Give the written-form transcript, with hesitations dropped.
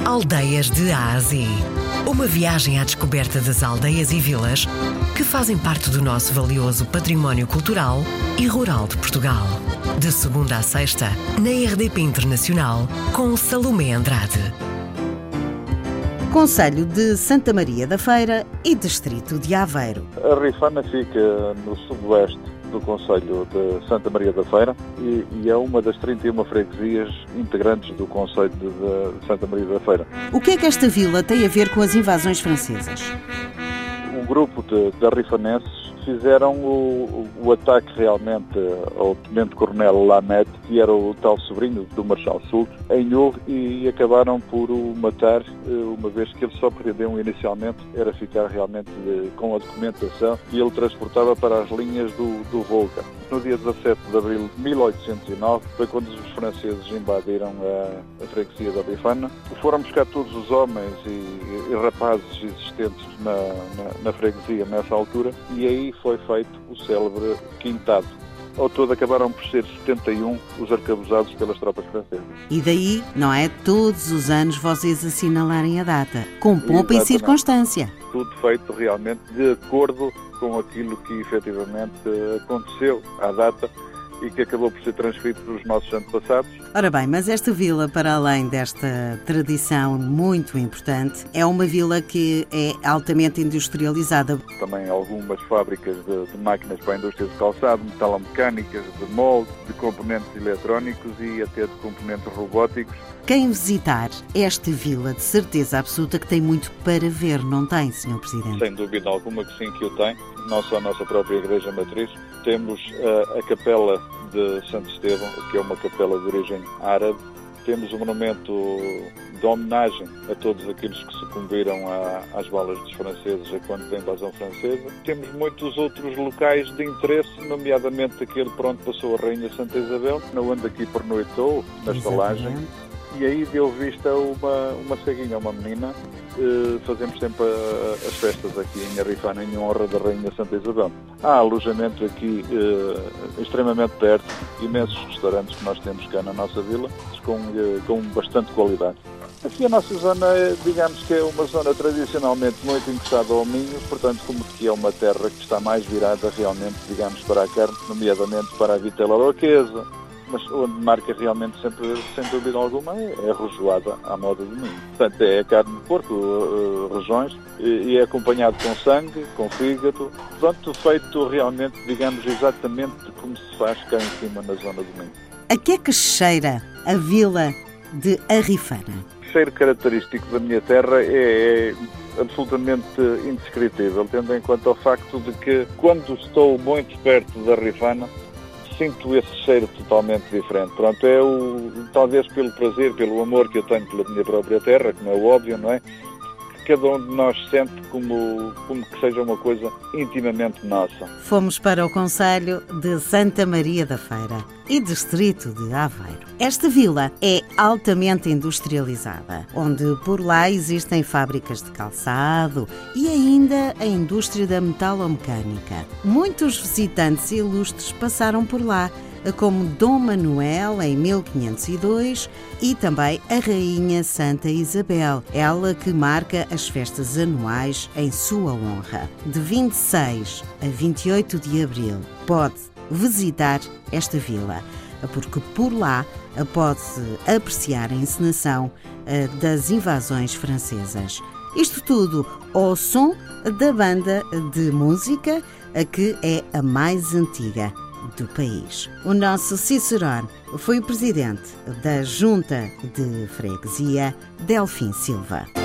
Aldeias de A a Z. Uma viagem à descoberta das aldeias e vilas que fazem parte do nosso valioso património cultural e rural de Portugal. De segunda a sexta, na RDP Internacional, com Salomé Andrade. Concelho de Santa Maria da Feira e Distrito de Aveiro. A Rifana fica no sudoeste do Concelho de Santa Maria da Feira e é uma das 31 freguesias integrantes do Concelho de Santa Maria da Feira. O que é que esta vila tem a ver com as invasões francesas? Um grupo de arrifanenses fizeram o ataque realmente ao Tenente-Coronel Lamet, que era o tal sobrinho do Marechal Soult, em Ur, e acabaram por o matar, uma vez que eles só pretendiam inicialmente era ficar realmente com a documentação que ele transportava para as linhas do Volga. No dia 17 de abril de 1809 foi quando os franceses invadiram a freguesia da Rifana. Foram buscar todos os homens e rapazes existentes na freguesia nessa altura, e aí foi feito o célebre quintado. Ao todo acabaram por ser 71 os arcabuzados pelas tropas francesas. E daí, não é, todos os anos vocês assinalarem a data, com pompa e circunstância. Tudo feito realmente de acordo com aquilo que efetivamente aconteceu à data e que acabou por ser transferido pelos nossos antepassados. Ora bem, mas esta vila, para além desta tradição muito importante, é uma vila que é altamente industrializada. Também algumas fábricas de máquinas para a indústria de calçado, metalomecânicas, de molde, de componentes eletrónicos e até de componentes robóticos. Quem visitar esta vila, de certeza absoluta que tem muito para ver, não tem, Sr. Presidente? Sem dúvida alguma que sim, que o tem. Não só a nossa própria Igreja Matriz. Temos a Capela de Santo Estevão, que é uma capela de origem árabe. Temos um monumento de homenagem a todos aqueles que sucumbiram às balas dos franceses quando da invasão francesa. Temos muitos outros locais de interesse, nomeadamente aquele por onde passou a Rainha Santa Isabel, onde aqui pernoitou, na estalagem. E aí deu vista uma ceguinha, uma menina. Fazemos sempre as festas aqui em Rifana em honra da Rainha Santa Isabel. Há alojamento aqui extremamente perto, imensos restaurantes que nós temos cá na nossa vila, com bastante qualidade. Aqui a nossa zona, digamos que é uma zona tradicionalmente muito encostada ao Minho, portanto, como que é uma terra que está mais virada realmente, digamos, para a carne, nomeadamente para a vitela oroquesa, mas onde marca realmente sempre, sem dúvida alguma, é a rejoada à moda de Minho. Portanto, é a carne de porco, regiões, e é acompanhado com sangue, com fígado, pronto, feito realmente, digamos, exatamente como se faz cá em cima na zona do Minho. A que é que cheira a vila de Rifana? O cheiro característico da minha terra é absolutamente indescritível, tendo em conta o facto de que, quando estou muito perto da Rifana, sinto esse cheiro totalmente diferente. Pronto, talvez pelo prazer, pelo amor que eu tenho pela minha própria terra, como é óbvio, não é? Que cada um de nós sente como que seja uma coisa intimamente nossa. Fomos para o Concelho de Santa Maria da Feira e Distrito de Aveiro. Esta vila é altamente industrializada, onde por lá existem fábricas de calçado e ainda a indústria da metalomecânica. Muitos visitantes ilustres passaram por lá, como Dom Manuel em 1502 e também a Rainha Santa Isabel, ela que marca as festas anuais em sua honra. De 26 a 28 de abril pode visitar esta vila, porque por lá pode-se apreciar a encenação das invasões francesas. Isto tudo ao som da banda de música, que é a mais antiga do país. O nosso Cicerone foi o presidente da Junta de Freguesia, Delfim Silva.